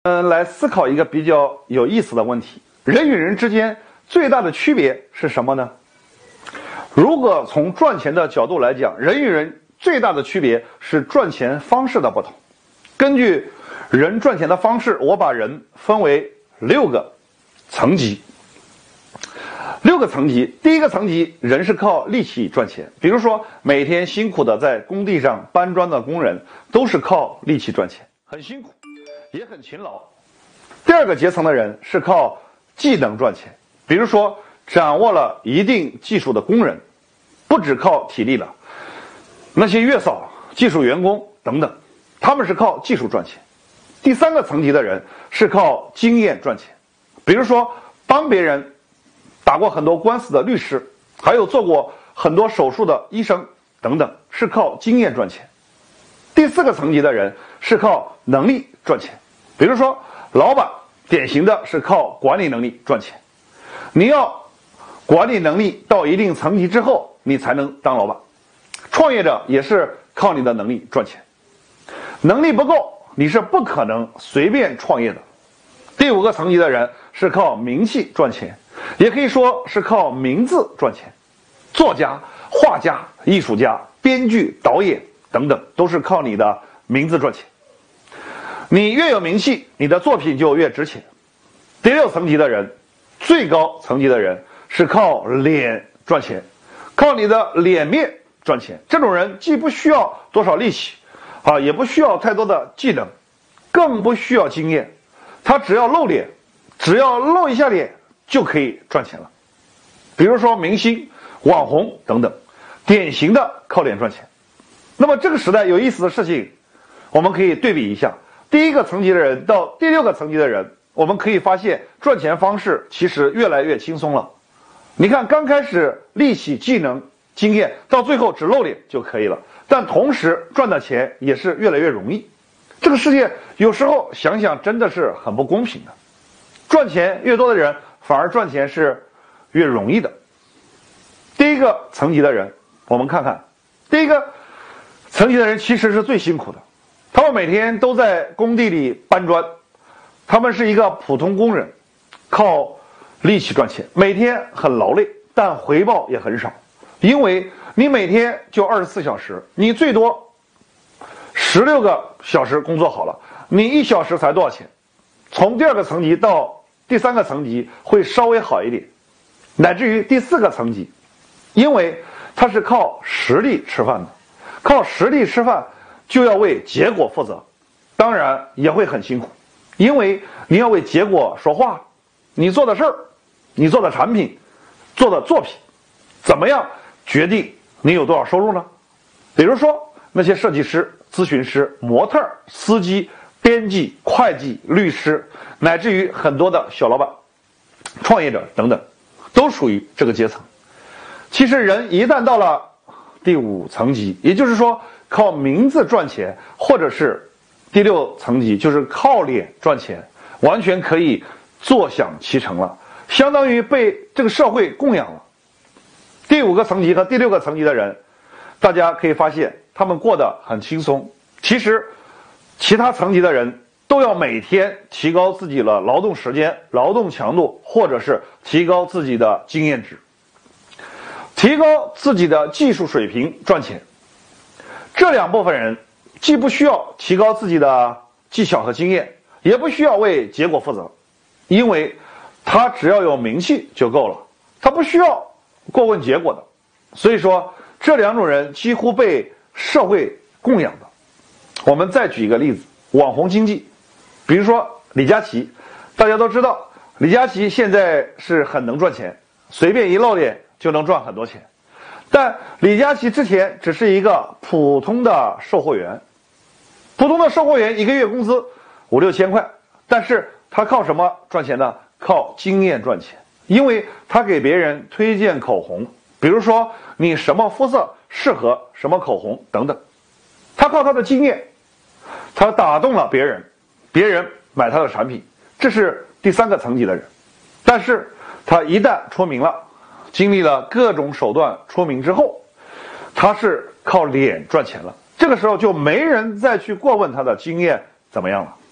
来思考一个比较有意思的问题：人与人之间最大的区别是什么呢？如果从赚钱的角度来讲，人与人最大的区别是赚钱方式的不同。根据人赚钱的方式，我把人分为6个层级。6个层级，第一个层级，人是靠力气赚钱，比如说每天辛苦的在工地上搬砖的工人，都是靠力气赚钱，很辛苦，也很勤劳。第二个阶层的人是靠技能赚钱，比如说掌握了一定技术的工人，不只靠体力了，那些月嫂、技术员工等等，他们是靠技术赚钱。第三个层级的人是靠经验赚钱，比如说帮别人打过很多官司的律师，还有做过很多手术的医生等等，是靠经验赚钱。第四个层级的人是靠能力赚钱，比如说老板，典型的是靠管理能力赚钱。你要管理能力到一定层级之后，你才能当老板。创业者也是靠你的能力赚钱，能力不够，你是不可能随便创业的。第5个层级的人是靠名气赚钱，也可以说是靠名字赚钱。作家、画家、艺术家、编剧、导演等等，都是靠你的名字赚钱。你越有名气，你的作品就越值钱。第6层级的人，最高层级的人是靠脸赚钱，靠你的脸面赚钱。这种人既不需要多少力气也不需要太多的技能，更不需要经验，他只要露脸，只要露一下脸就可以赚钱了。比如说明星、网红等等，典型的靠脸赚钱。那么这个时代有意思的事情，我们可以对比一下第1个层级的人到第6个层级的人，我们可以发现赚钱方式其实越来越轻松了。你看，刚开始力气、技能、经验，到最后只露脸就可以了，但同时赚的钱也是越来越容易。这个世界有时候想想真的是很不公平的，赚钱越多的人反而赚钱是越容易的。第1个层级的人，我们看看，第1个层级的人其实是最辛苦的，他们每天都在工地里搬砖，他们是一个普通工人，靠力气赚钱，每天很劳累，但回报也很少，因为你每天就24小时，你最多16个小时工作好了，你1小时才多少钱？从第2个层级到第3个层级会稍微好一点，乃至于第4个层级，因为他是靠实力吃饭的，靠实力吃饭就要为结果负责，当然也会很辛苦，因为你要为结果说话，你做的事儿，你做的产品，做的作品，怎么样决定你有多少收入呢？比如说那些设计师、咨询师、模特、司机、编辑、会计、律师，乃至于很多的小老板、创业者等等，都属于这个阶层。其实人一旦到了第5层级，也就是说靠名字赚钱，或者是第6层级，就是靠脸赚钱，完全可以坐享其成了，相当于被这个社会供养了。第5个层级和第6个层级的人，大家可以发现他们过得很轻松。其实其他层级的人都要每天提高自己的劳动时间、劳动强度，或者是提高自己的经验值，提高自己的技术水平赚钱。这2部分人既不需要提高自己的技巧和经验，也不需要为结果负责，因为他只要有名气就够了，他不需要过问结果的。所以说这2种人几乎被社会供养的。我们再举一个例子，网红经济，比如说李佳琦，大家都知道李佳琦现在是很能赚钱，随便一露脸就能赚很多钱。但李佳琦之前只是一个普通的售货员，普通的售货员1个月工资5、6千块，但是他靠什么赚钱呢？靠经验赚钱，因为他给别人推荐口红，比如说你什么肤色适合什么口红等等，他靠他的经验，他打动了别人，别人买他的产品，这是第3个层级的人。但是他一旦出名了，经历了各种手段出名之后，他是靠脸赚钱了，这个时候就没人再去过问他的经验怎么样了。比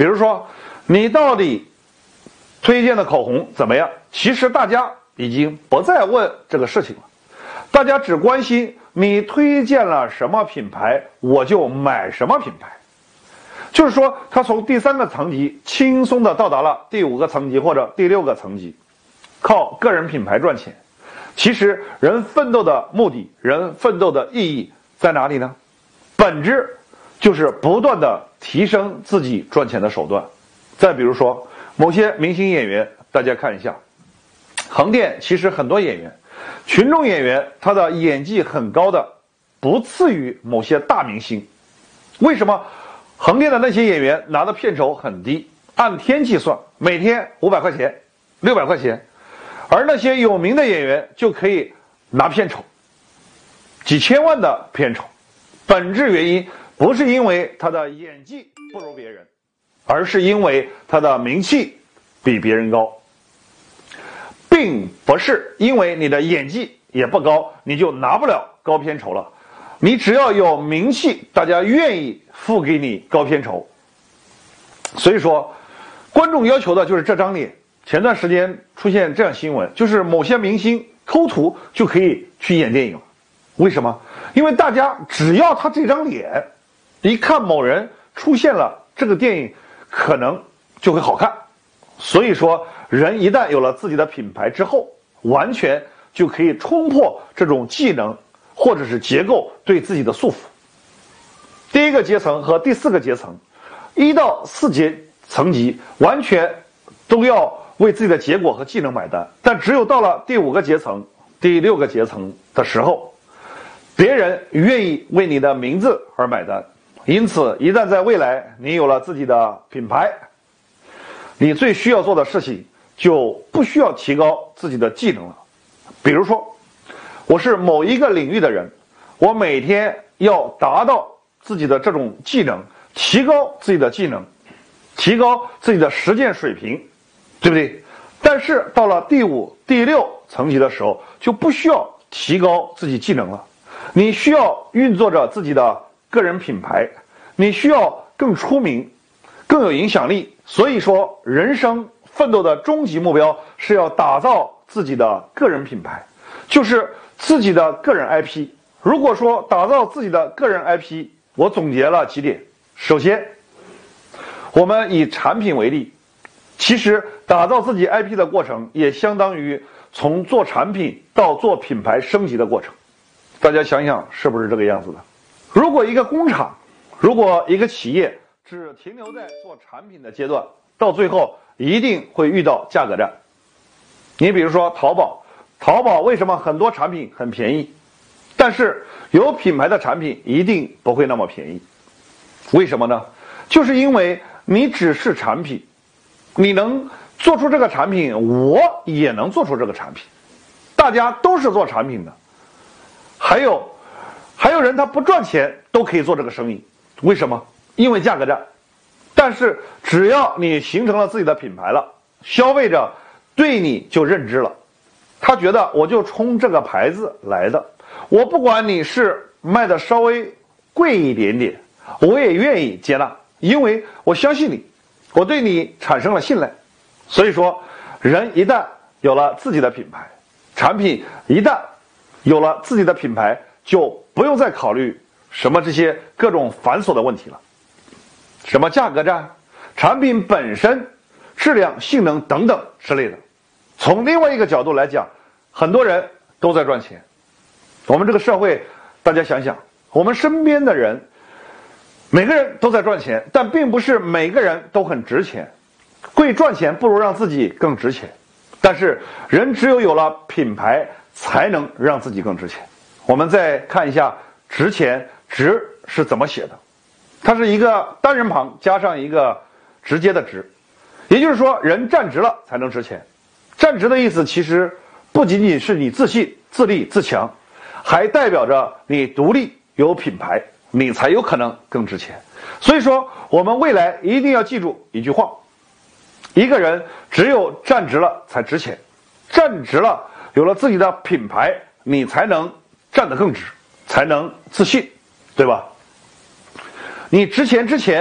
比如说，你到底推荐的口红怎么样？其实大家已经不再问这个事情了，大家只关心你推荐了什么品牌，我就买什么品牌。就是说，他从第3个层级轻松的到达了第5个层级或者第6个层级，靠个人品牌赚钱。其实人奋斗的目的，人奋斗的意义在哪里呢？本质就是不断的提升自己赚钱的手段。再比如说某些明星演员，大家看一下，横店其实很多演员，群众演员他的演技很高的，不次于某些大明星。为什么横店的那些演员拿的片酬很低？按天计算，每天500块钱、600块钱，而那些有名的演员就可以拿片酬几千万的片酬。本质原因不是因为他的演技不如别人，而是因为他的名气比别人高，并不是因为你的演技也不高，你就拿不了高片酬了。你只要有名气，大家愿意付给你高片酬。所以说，观众要求的就是这张脸。前段时间出现这样新闻，就是某些明星抠图就可以去演电影了。为什么？因为大家只要他这张脸，一看某人出现了，这个电影可能就会好看。所以说，人一旦有了自己的品牌之后，完全就可以冲破这种技能或者是结构对自己的束缚。第1个阶层和第4个阶层，1到4阶层级完全都要为自己的结果和技能买单，但只有到了第5个阶层、第6个阶层的时候，别人愿意为你的名字而买单。因此，一旦在未来你有了自己的品牌，你最需要做的事情就不需要提高自己的技能了。比如说，我是某一个领域的人，我每天要达到自己的这种技能，提高自己的技能，提高自己的实践水平，对不对？但是到了第5、第6层级的时候，就不需要提高自己技能了。你需要运作着自己的个人品牌，你需要更出名，更有影响力。所以说，人生奋斗的终极目标是要打造自己的个人品牌，就是自己的个人 IP。如果说打造自己的个人 IP， 我总结了几点。首先，我们以产品为例，其实打造自己 IP 的过程也相当于从做产品到做品牌升级的过程。大家想想是不是这个样子的？如果一个工厂，如果一个企业只停留在做产品的阶段，到最后一定会遇到价格战。你比如说淘宝为什么很多产品很便宜，但是有品牌的产品一定不会那么便宜？为什么呢？就是因为你只是产品，你能做出这个产品，我也能做出这个产品，大家都是做产品的。还有人他不赚钱都可以做这个生意，为什么？因为价格战。但是只要你形成了自己的品牌了，消费者对你就认知了，他觉得我就冲这个牌子来的，我不管你是卖的稍微贵一点点，我也愿意接纳，因为我相信你，我对你产生了信赖。所以说，人一旦有了自己的品牌，产品一旦有了自己的品牌，就不用再考虑什么这些各种繁琐的问题了。什么价格战、产品本身、质量、性能等等之类的。从另外一个角度来讲，很多人都在赚钱。我们这个社会，大家想想，我们身边的人，每个人都在赚钱，但并不是每个人都很值钱。会赚钱不如让自己更值钱。但是人只有了品牌，才能让自己更值钱。我们再看一下值钱，值是怎么写的。它是一个单人旁加上一个直接的值，也就是说人站直了才能值钱。站直的意思其实不仅仅是你自信、自立、自强，还代表着你独立有品牌，你才有可能更值钱。所以说我们未来一定要记住一句话，一个人只有站直了才值钱，站直了有了自己的品牌，你才能站得更直，才能自信，对吧？你值钱之前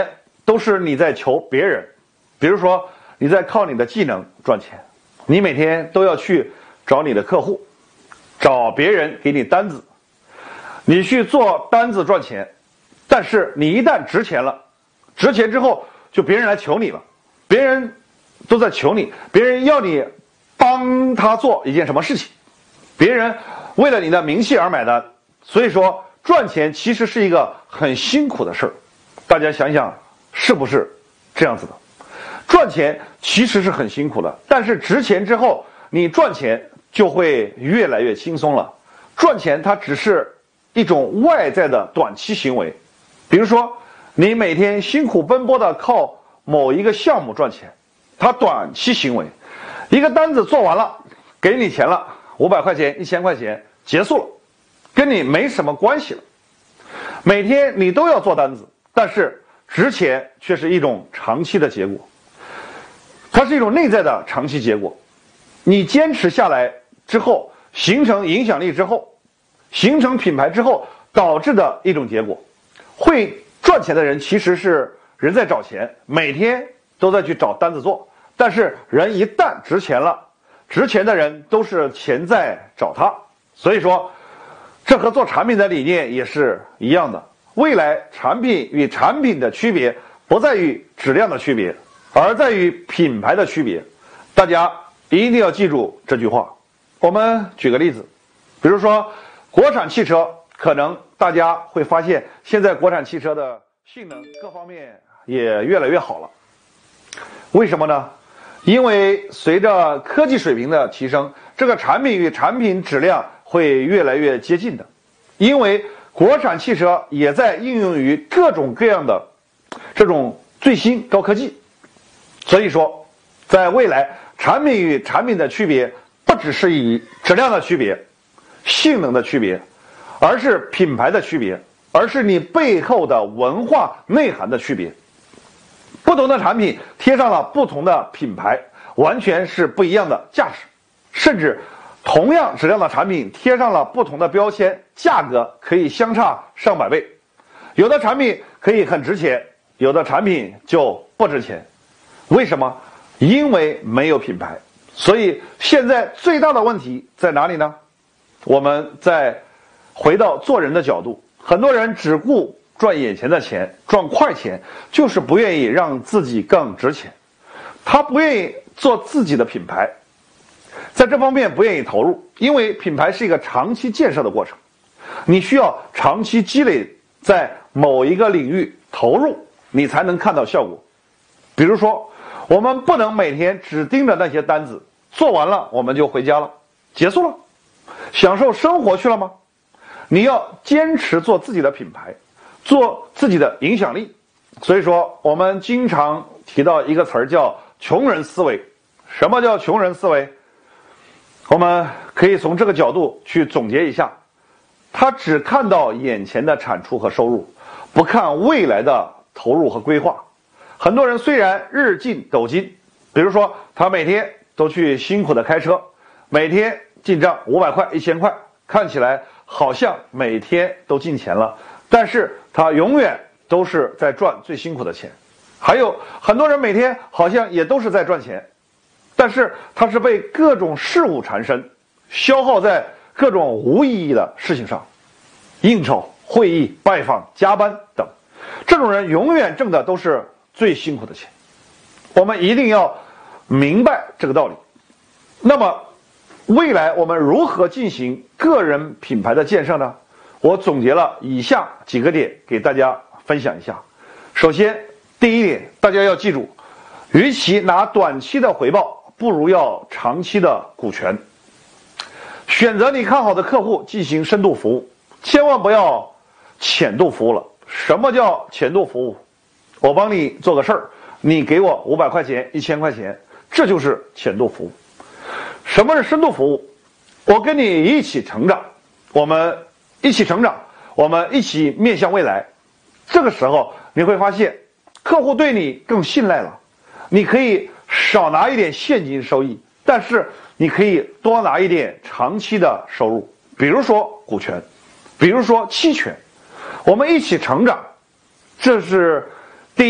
都是你在求别人，比如说你在靠你的技能赚钱，你每天都要去找你的客户，找别人给你单子，你去做单子赚钱，但是你一旦值钱了，值钱之后就别人来求你了，别人都在求你，别人要你帮他做一件什么事情，别人为了你的名气而买单。所以说赚钱其实是一个很辛苦的事儿，大家想想是不是这样子的？赚钱其实是很辛苦的，但是值钱之后你赚钱就会越来越轻松了。赚钱它只是一种外在的短期行为，比如说你每天辛苦奔波的靠某一个项目赚钱，它短期行为，一个单子做完了给你钱了，500块钱1000块钱结束了，跟你没什么关系了。每天你都要做单子，但是值钱却是一种长期的结果，它是一种内在的长期结果。你坚持下来之后，形成影响力之后，形成品牌之后导致的一种结果。会赚钱的人其实是人在找钱，每天都在去找单子做，但是人一旦值钱了，值钱的人都是钱在找他。所以说这和做产品的理念也是一样的，未来产品与产品的区别不在于质量的区别，而在于品牌的区别。大家一定要记住这句话。我们举个例子，比如说国产汽车，可能大家会发现现在国产汽车的性能各方面也越来越好了。为什么呢？因为随着科技水平的提升，这个产品与产品质量会越来越接近的。因为国产汽车也在应用于各种各样的这种最新高科技，所以说在未来产品与产品的区别不只是以质量的区别、性能的区别，而是品牌的区别，而是你背后的文化内涵的区别。不同的产品贴上了不同的品牌，完全是不一样的价值。甚至同样质量的产品贴上了不同的标签，价格可以相差上百倍。有的产品可以很值钱，有的产品就不值钱。为什么？因为没有品牌。所以现在最大的问题在哪里呢？我们再回到做人的角度，很多人只顾赚眼前的钱，赚快钱，就是不愿意让自己更值钱。他不愿意做自己的品牌，在这方面不愿意投入，因为品牌是一个长期建设的过程，你需要长期积累，在某一个领域投入，你才能看到效果。比如说我们不能每天只盯着那些单子，做完了我们就回家了，结束了，享受生活去了吗？你要坚持做自己的品牌，做自己的影响力。所以说我们经常提到一个词儿叫穷人思维。什么叫穷人思维？我们可以从这个角度去总结一下，他只看到眼前的产出和收入，不看未来的投入和规划。很多人虽然日进斗金，比如说他每天都去辛苦的开车，每天进账500块1000块，看起来好像每天都进钱了，但是他永远都是在赚最辛苦的钱。还有很多人每天好像也都是在赚钱，但是他是被各种事物缠身，消耗在各种无意义的事情上，应酬、会议、拜访、加班等。这种人永远挣的都是最辛苦的钱。我们一定要明白这个道理。那么未来我们如何进行个人品牌的建设呢？我总结了以下几个点给大家分享一下。首先，第一点，大家要记住，与其拿短期的回报，不如要长期的股权。选择你看好的客户进行深度服务，千万不要浅度服务了。什么叫浅度服务？我帮你做个事儿，你给我500块钱1000块钱，这就是浅度服务。什么是深度服务？我跟你一起成长，我们一起成长，我们一起面向未来。这个时候你会发现客户对你更信赖了，你可以少拿一点现金收益，但是你可以多拿一点长期的收入，比如说股权，比如说期权。我们一起成长，这是第一点。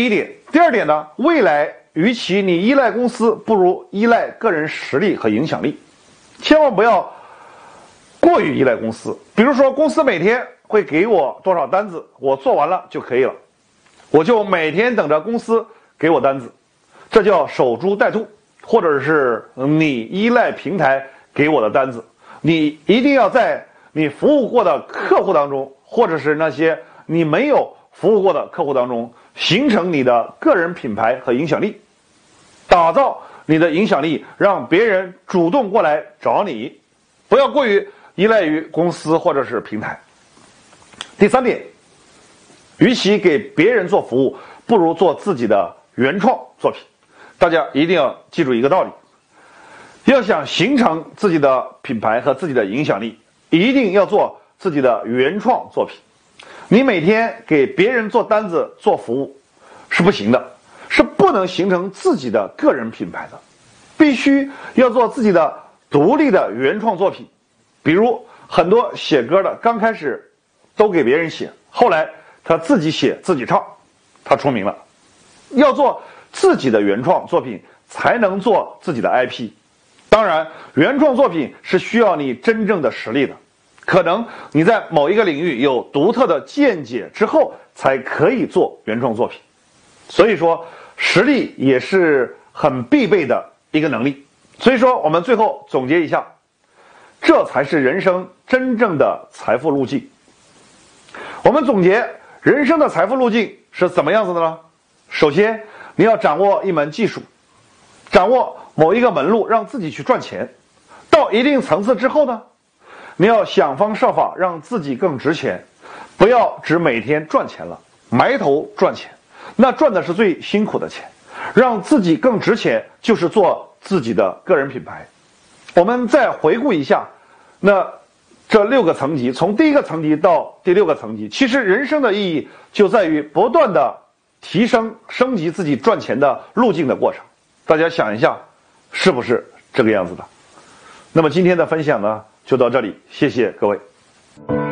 第二点呢，未来与其你依赖公司，不如依赖个人实力和影响力。千万不要过于依赖公司。比如说，公司每天会给我多少单子，我做完了就可以了，我就每天等着公司给我单子，这叫守株待兔。或者是你依赖平台给我的单子，你一定要在你服务过的客户当中，或者是那些你没有服务过的客户当中，形成你的个人品牌和影响力，打造你的影响力，让别人主动过来找你，不要过于依赖于公司或者是平台。第三点，与其给别人做服务，不如做自己的原创作品。大家一定要记住一个道理，要想形成自己的品牌和自己的影响力，一定要做自己的原创作品。你每天给别人做单子做服务是不行的，是不能形成自己的个人品牌的，必须要做自己的独立的原创作品。比如很多写歌的刚开始都给别人写，后来他自己写自己唱，他出名了。要做自己的原创作品，才能做自己的 IP。 当然，原创作品是需要你真正的实力的，可能你在某一个领域有独特的见解之后，才可以做原创作品。所以说，实力也是很必备的一个能力。所以说，我们最后总结一下，这才是人生真正的财富路径。我们总结人生的财富路径是怎么样子的呢？首先，你要掌握一门技术，掌握某一个门路，让自己去赚钱。到一定层次之后呢，你要想方设法让自己更值钱，不要只每天赚钱了，埋头赚钱，那赚的是最辛苦的钱。让自己更值钱，就是做自己的个人品牌。我们再回顾一下，那这6个层级，从第一个层级到第6个层级，其实人生的意义就在于不断的提升升级自己赚钱的路径的过程。大家想一下，是不是这个样子的？那么今天的分享呢，就到这里，谢谢各位。